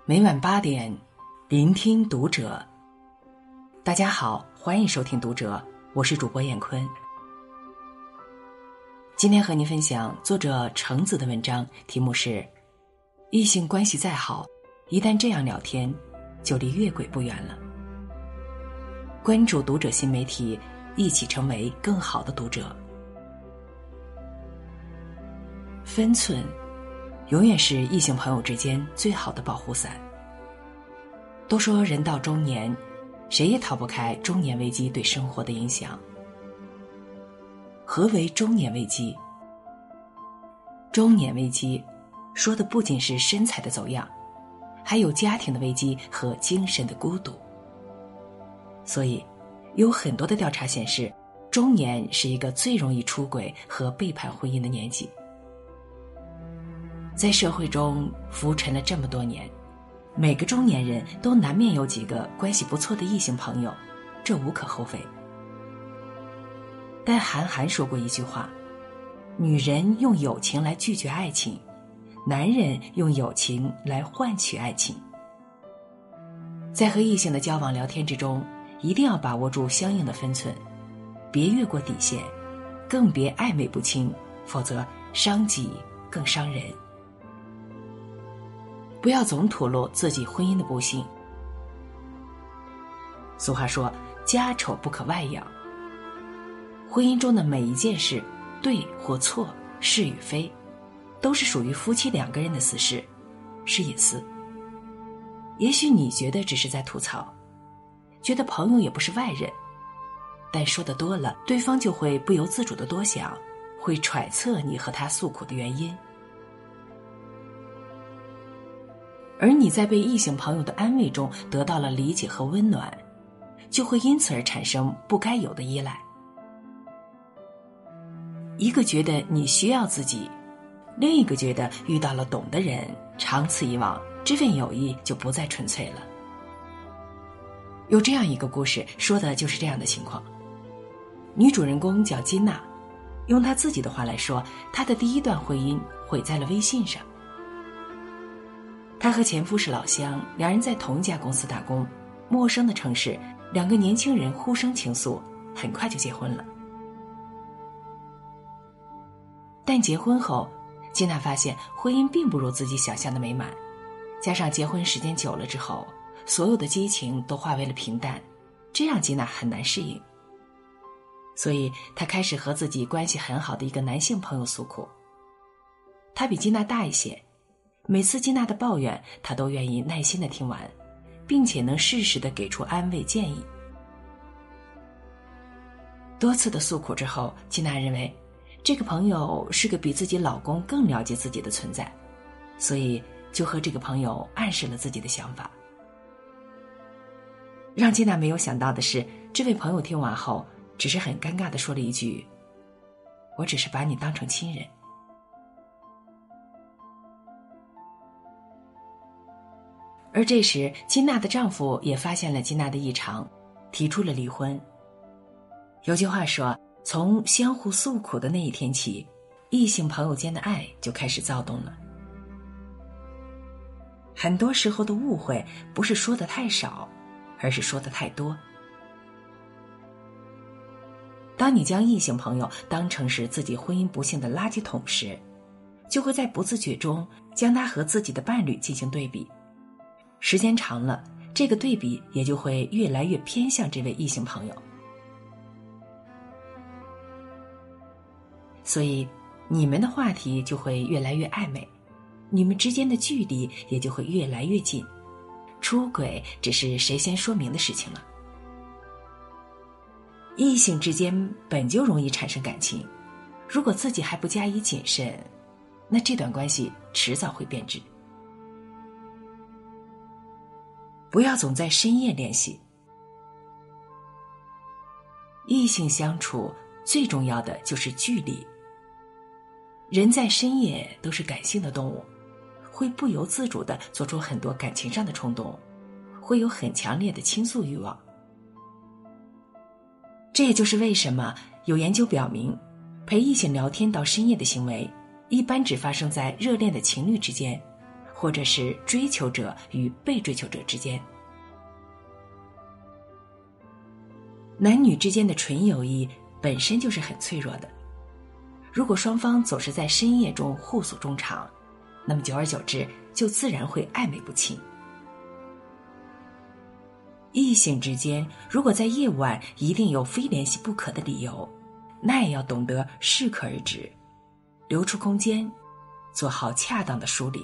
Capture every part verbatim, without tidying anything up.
每晚八点，聆听读者。大家好，欢迎收听读者，我是主播燕坤。今天和您分享作者橙子的文章，题目是异性关系再好，一旦这样聊天，就离越轨不远了。关注读者新媒体，一起成为更好的读者。分寸永远是异性朋友之间最好的保护伞。都说人到中年，谁也逃不开中年危机对生活的影响。何为中年危机？中年危机说的不仅是身材的走样，还有家庭的危机和精神的孤独。所以有很多的调查显示，中年是一个最容易出轨和背叛婚姻的年纪。在社会中浮沉了这么多年，每个中年人都难免有几个关系不错的异性朋友，这无可厚非。但韩寒说过一句话，女人用友情来拒绝爱情，男人用友情来换取爱情。在和异性的交往聊天之中，一定要把握住相应的分寸，别越过底线，更别暧昧不清，否则伤己更伤人。不要总吐露自己婚姻的不幸。俗话说，家丑不可外扬。婚姻中的每一件事，对或错，是与非，都是属于夫妻两个人的私事，是隐私。也许你觉得只是在吐槽，觉得朋友也不是外人，但说得多了，对方就会不由自主地多想，会揣测你和他诉苦的原因。而你在被异性朋友的安慰中得到了理解和温暖，就会因此而产生不该有的依赖。一个觉得你需要自己，另一个觉得遇到了懂的人，长此以往，这份友谊就不再纯粹了。有这样一个故事，说的就是这样的情况。女主人公叫金娜，用她自己的话来说，她的第一段婚姻毁在了微信上。她和前夫是老乡，两人在同一家公司打工，陌生的城市，两个年轻人互生情愫，很快就结婚了。但结婚后，金娜发现婚姻并不如自己想象的美满，加上结婚时间久了之后，所有的激情都化为了平淡，这让金娜很难适应。所以她开始和自己关系很好的一个男性朋友诉苦。他比金娜大一些，每次金娜的抱怨，他都愿意耐心地听完，并且能适时地给出安慰建议。多次的诉苦之后，金娜认为这个朋友是个比自己老公更了解自己的存在，所以就和这个朋友暗示了自己的想法。让金娜没有想到的是，这位朋友听完后只是很尴尬地说了一句，我只是把你当成亲人。而这时金娜的丈夫也发现了金娜的异常，提出了离婚。有句话说，从相互诉苦的那一天起，异性朋友间的爱就开始躁动了。很多时候的误会不是说的太少，而是说的太多。当你将异性朋友当成是自己婚姻不幸的垃圾桶时，就会在不自觉中将他和自己的伴侣进行对比。时间长了，这个对比也就会越来越偏向这位异性朋友。所以你们的话题就会越来越暧昧，你们之间的距离也就会越来越近，出轨只是谁先说明的事情了。异性之间本就容易产生感情，如果自己还不加以谨慎，那这段关系迟早会变质。不要总在深夜联系。异性相处最重要的就是距离。人在深夜都是感性的动物，会不由自主地做出很多感情上的冲动，会有很强烈的倾诉欲望。这也就是为什么有研究表明，陪异性聊天到深夜的行为，一般只发生在热恋的情侣之间，或或者是追求者与被追求者之间。男女之间的纯友谊本身就是很脆弱的，如果双方总是在深夜中互诉衷肠，那么久而久之就自然会暧昧不清。异性之间如果在夜晚一定有非联系不可的理由，那也要懂得适可而止，留出空间，做好恰当的梳理。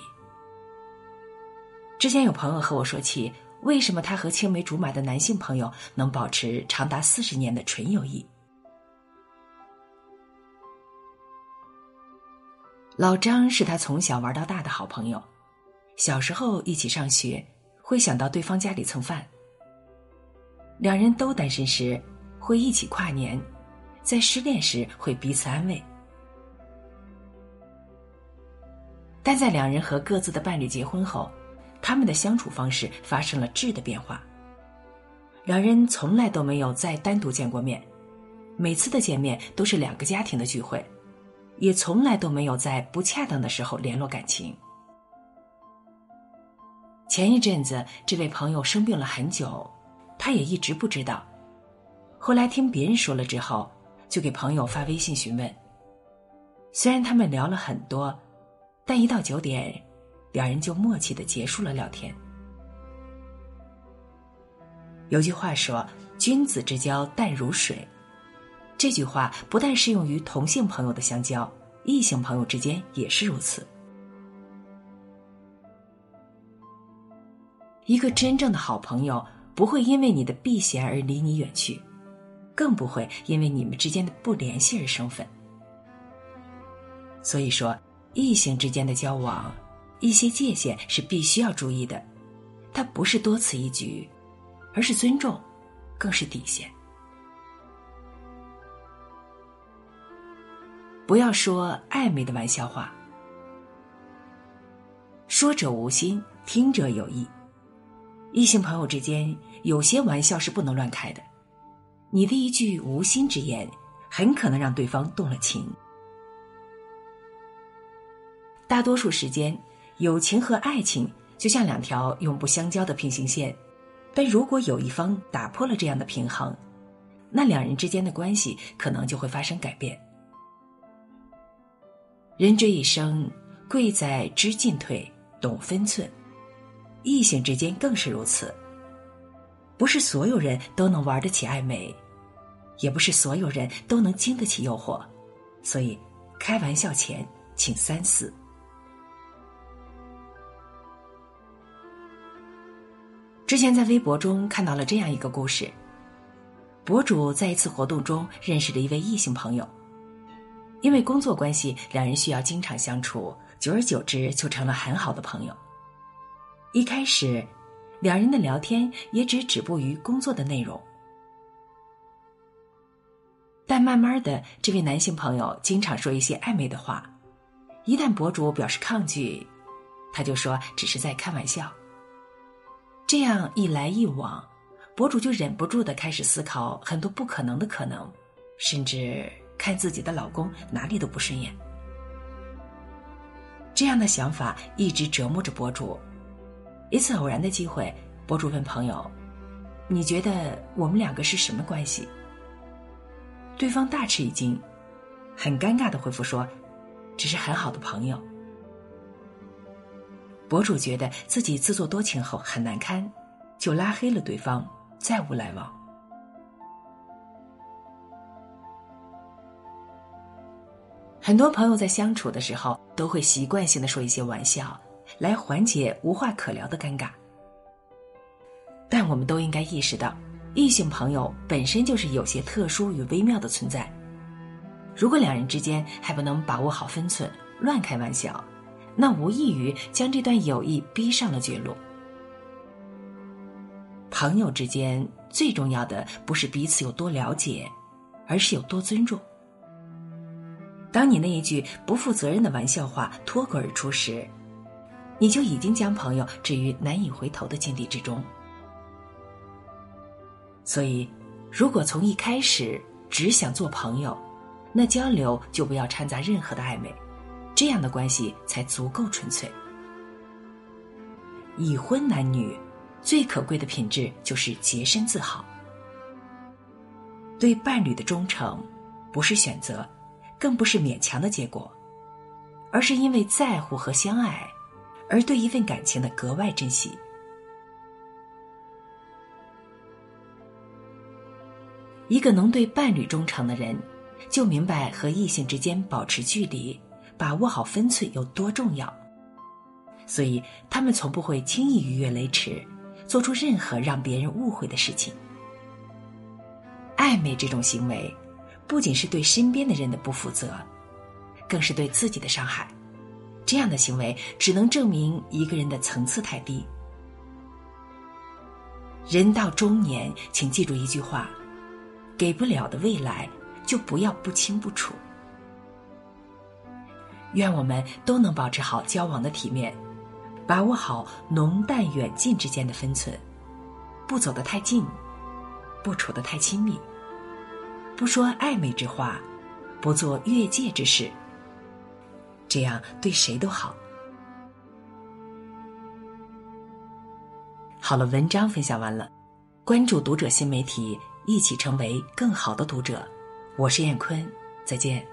之前有朋友和我说起，为什么他和青梅竹马的男性朋友能保持长达四十年的纯友谊。老张是他从小玩到大的好朋友，小时候一起上学，会想到对方家里蹭饭。两人都单身时会一起跨年，在失恋时会彼此安慰。但在两人和各自的伴侣结婚后，他们的相处方式发生了质的变化。两人从来都没有再单独见过面，每次的见面都是两个家庭的聚会，也从来都没有在不恰当的时候联络感情。前一阵子这位朋友生病了很久，他也一直不知道，后来听别人说了之后，就给朋友发微信询问。虽然他们聊了很多，但一到九点，两人就默契地结束了聊天。有句话说，君子之交淡如水，这句话不但适用于同性朋友的相交，异性朋友之间也是如此。一个真正的好朋友不会因为你的避嫌而离你远去，更不会因为你们之间的不联系而生分。所以说，异性之间的交往，一些界限是必须要注意的，它不是多此一举，而是尊重，更是底线。不要说暧昧的玩笑话，说者无心，听者有意。异性朋友之间有些玩笑是不能乱开的，你的一句无心之言很可能让对方动了情。大多数时间，友情和爱情就像两条永不相交的平行线，但如果有一方打破了这样的平衡，那两人之间的关系可能就会发生改变。人这一生，贵在知进退，懂分寸，异性之间更是如此。不是所有人都能玩得起暧昧，也不是所有人都能经得起诱惑，所以开玩笑前请三思。之前在微博中看到了这样一个故事，博主在一次活动中认识了一位异性朋友，因为工作关系，两人需要经常相处，久而久之就成了很好的朋友。一开始，两人的聊天也只止步于工作的内容，但慢慢的，这位男性朋友经常说一些暧昧的话，一旦博主表示抗拒，他就说只是在开玩笑。这样一来一往，博主就忍不住地开始思考很多不可能的可能，甚至看自己的老公哪里都不顺眼。这样的想法一直折磨着博主。一次偶然的机会，博主问朋友，你觉得我们两个是什么关系？对方大吃一惊，很尴尬地回复说，只是很好的朋友。博主觉得自己自作多情后很难堪，就拉黑了对方，再无来往。很多朋友在相处的时候都会习惯性地说一些玩笑，来缓解无话可聊的尴尬。但我们都应该意识到，异性朋友本身就是有些特殊与微妙的存在。如果两人之间还不能把握好分寸，乱开玩笑，那无异于将这段友谊逼上了绝路。朋友之间最重要的不是彼此有多了解，而是有多尊重。当你那一句不负责任的玩笑话脱口而出时，你就已经将朋友置于难以回头的境地之中。所以，如果从一开始只想做朋友，那交流就不要掺杂任何的暧昧，这样的关系才足够纯粹。 已婚男女最可贵的品质就是洁身自好。对伴侣的忠诚不是选择，更不是勉强的结果，而是因为在乎和相爱而对一份感情的格外珍惜。一个能对伴侣忠诚的人，就明白和异性之间保持距离，把握好分寸有多重要。所以他们从不会轻易逾越雷池，做出任何让别人误会的事情。暧昧这种行为，不仅是对身边的人的不负责，更是对自己的伤害。这样的行为只能证明一个人的层次太低。人到中年，请记住一句话：给不了的未来，就不要不清不楚。愿我们都能保持好交往的体面，把握好浓淡远近之间的分寸，不走得太近，不处得太亲密，不说暧昧之话，不做越界之事，这样对谁都好。好了，文章分享完了，关注读者新媒体，一起成为更好的读者。我是燕坤，再见。